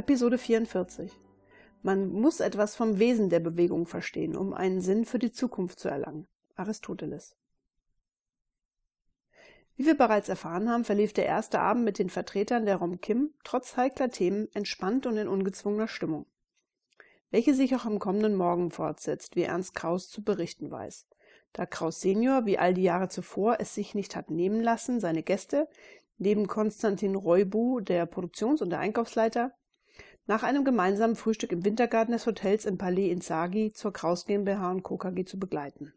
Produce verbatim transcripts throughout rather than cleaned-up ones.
Episode vierundvierzig. Man muss etwas vom Wesen der Bewegung verstehen, um einen Sinn für die Zukunft zu erlangen. Aristoteles. Wie wir bereits erfahren haben, verlief der erste Abend mit den Vertretern der Rom Kim trotz heikler Themen entspannt und in ungezwungener Stimmung, welche sich auch am kommenden Morgen fortsetzt, wie Ernst Krauss zu berichten weiß. Da Krauss Senior, wie all die Jahre zuvor, es sich nicht hat nehmen lassen, seine Gäste, neben Konstantin Roibu, der Produktions- und der Einkaufsleiter, nach einem gemeinsamen Frühstück im Wintergarten des Hotels im Palais in Sagi zur Krauss GmbH und Co. K G zu begleiten.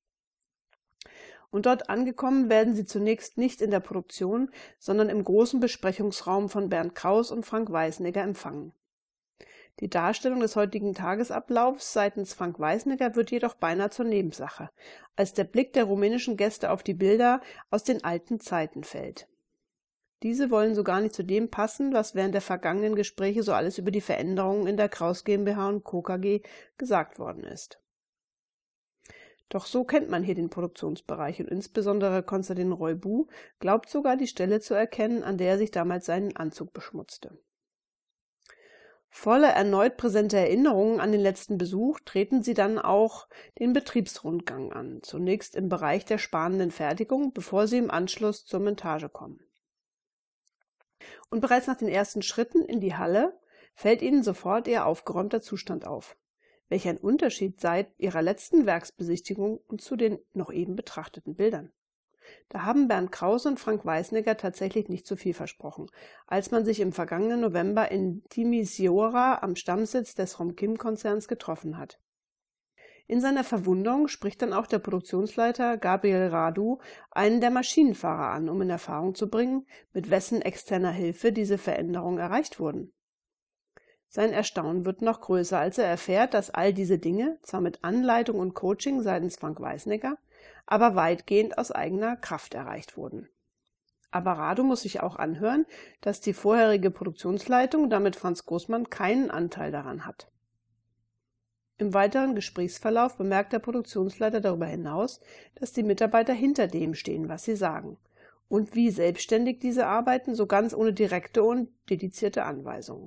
Und dort angekommen werden sie zunächst nicht in der Produktion, sondern im großen Besprechungsraum von Bernd Krauss und Frank Weißenegger empfangen. Die Darstellung des heutigen Tagesablaufs seitens Frank Weißenegger wird jedoch beinahe zur Nebensache, als der Blick der rumänischen Gäste auf die Bilder aus den alten Zeiten fällt. Diese wollen so gar nicht zu dem passen, was während der vergangenen Gespräche so alles über die Veränderungen in der Krauss GmbH und Co. K G gesagt worden ist. Doch so kennt man hier den Produktionsbereich und insbesondere Konstantin Roibu glaubt sogar die Stelle zu erkennen, an der er sich damals seinen Anzug beschmutzte. Voller erneut präsenter Erinnerungen an den letzten Besuch treten sie dann auch den Betriebsrundgang an, zunächst im Bereich der spanenden Fertigung, bevor sie im Anschluss zur Montage kommen. Und bereits nach den ersten Schritten in die Halle fällt ihnen sofort ihr aufgeräumter Zustand auf. Welch ein Unterschied seit ihrer letzten Werksbesichtigung und zu den noch eben betrachteten Bildern. Da haben Bernd Krauss und Frank Weißenegger tatsächlich nicht zu viel versprochen, als man sich im vergangenen November in Timisoara am Stammsitz des Rom Kim-Konzerns getroffen hat. In seiner Verwunderung spricht dann auch der Produktionsleiter Gabriel Radu einen der Maschinenfahrer an, um in Erfahrung zu bringen, mit wessen externer Hilfe diese Veränderungen erreicht wurden. Sein Erstaunen wird noch größer, als er erfährt, dass all diese Dinge, zwar mit Anleitung und Coaching seitens Frank Weißenegger, aber weitgehend aus eigener Kraft erreicht wurden. Aber Radu muss sich auch anhören, dass die vorherige Produktionsleitung, damit Franz Großmann, keinen Anteil daran hat. Im weiteren Gesprächsverlauf bemerkt der Produktionsleiter darüber hinaus, dass die Mitarbeiter hinter dem stehen, was sie sagen, und wie selbstständig diese arbeiten, so ganz ohne direkte und dedizierte Anweisungen.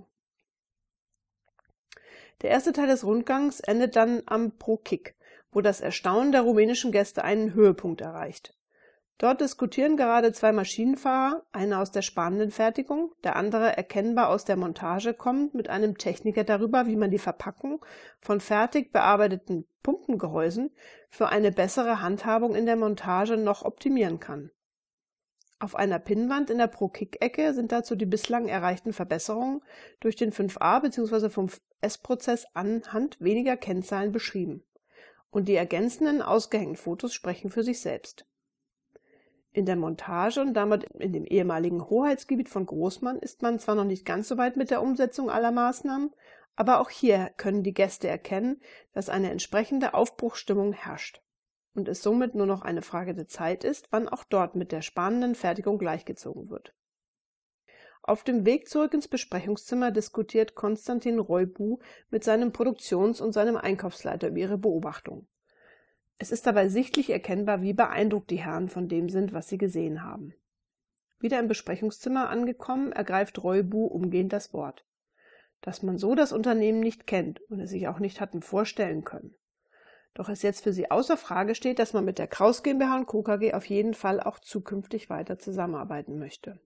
Der erste Teil des Rundgangs endet dann am Pro-Kick, wo das Erstaunen der rumänischen Gäste einen Höhepunkt erreicht. Dort diskutieren gerade zwei Maschinenfahrer, einer aus der spanenden Fertigung, der andere erkennbar aus der Montage kommend, mit einem Techniker darüber, wie man die Verpackung von fertig bearbeiteten Pumpengehäusen für eine bessere Handhabung in der Montage noch optimieren kann. Auf einer Pinnwand in der Pro-Kick-Ecke sind dazu die bislang erreichten Verbesserungen durch den fünf a bzw. fünf S-Prozess anhand weniger Kennzahlen beschrieben. Und die ergänzenden ausgehängten Fotos sprechen für sich selbst. In der Montage und damit in dem ehemaligen Hoheitsgebiet von Großmann ist man zwar noch nicht ganz so weit mit der Umsetzung aller Maßnahmen, aber auch hier können die Gäste erkennen, dass eine entsprechende Aufbruchsstimmung herrscht und es somit nur noch eine Frage der Zeit ist, wann auch dort mit der spanenden Fertigung gleichgezogen wird. Auf dem Weg zurück ins Besprechungszimmer diskutiert Konstantin Roibu mit seinem Produktions- und seinem Einkaufsleiter über ihre Beobachtungen. Es ist dabei sichtlich erkennbar, wie beeindruckt die Herren von dem sind, was sie gesehen haben. Wieder im Besprechungszimmer angekommen, ergreift Roibu umgehend das Wort. Dass man so das Unternehmen nicht kennt und es sich auch nicht hatten vorstellen können. Doch es jetzt für sie außer Frage steht, dass man mit der Krauss GmbH und Co. K G auf jeden Fall auch zukünftig weiter zusammenarbeiten möchte.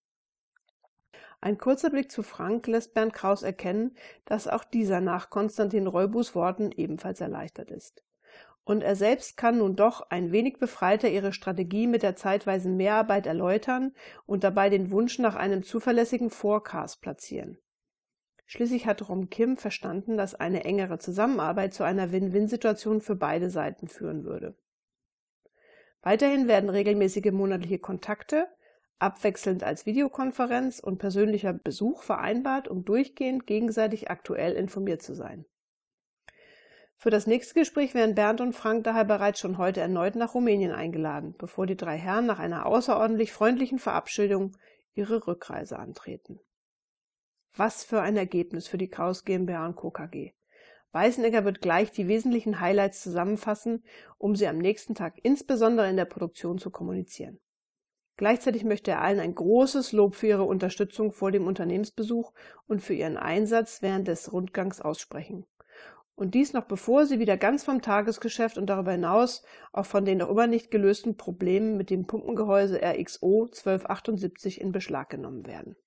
Ein kurzer Blick zu Frank lässt Bernd Krauss erkennen, dass auch dieser nach Konstantin Roibus Worten ebenfalls erleichtert ist. Und er selbst kann nun doch ein wenig befreiter ihre Strategie mit der zeitweisen Mehrarbeit erläutern und dabei den Wunsch nach einem zuverlässigen Forecast platzieren. Schließlich hat Rom Kim verstanden, dass eine engere Zusammenarbeit zu einer Win-Win-Situation für beide Seiten führen würde. Weiterhin werden regelmäßige monatliche Kontakte, abwechselnd als Videokonferenz und persönlicher Besuch vereinbart, um durchgehend gegenseitig aktuell informiert zu sein. Für das nächste Gespräch werden Bernd und Frank daher bereits schon heute erneut nach Rumänien eingeladen, bevor die drei Herren nach einer außerordentlich freundlichen Verabschiedung ihre Rückreise antreten. Was für ein Ergebnis für die Krauss GmbH und Co. K G. Weißenegger wird gleich die wesentlichen Highlights zusammenfassen, um sie am nächsten Tag insbesondere in der Produktion zu kommunizieren. Gleichzeitig möchte er allen ein großes Lob für ihre Unterstützung vor dem Unternehmensbesuch und für ihren Einsatz während des Rundgangs aussprechen. Und dies noch bevor sie wieder ganz vom Tagesgeschäft und darüber hinaus auch von den noch immer nicht gelösten Problemen mit dem Pumpengehäuse R X O zwölf achtundsiebzig in Beschlag genommen werden.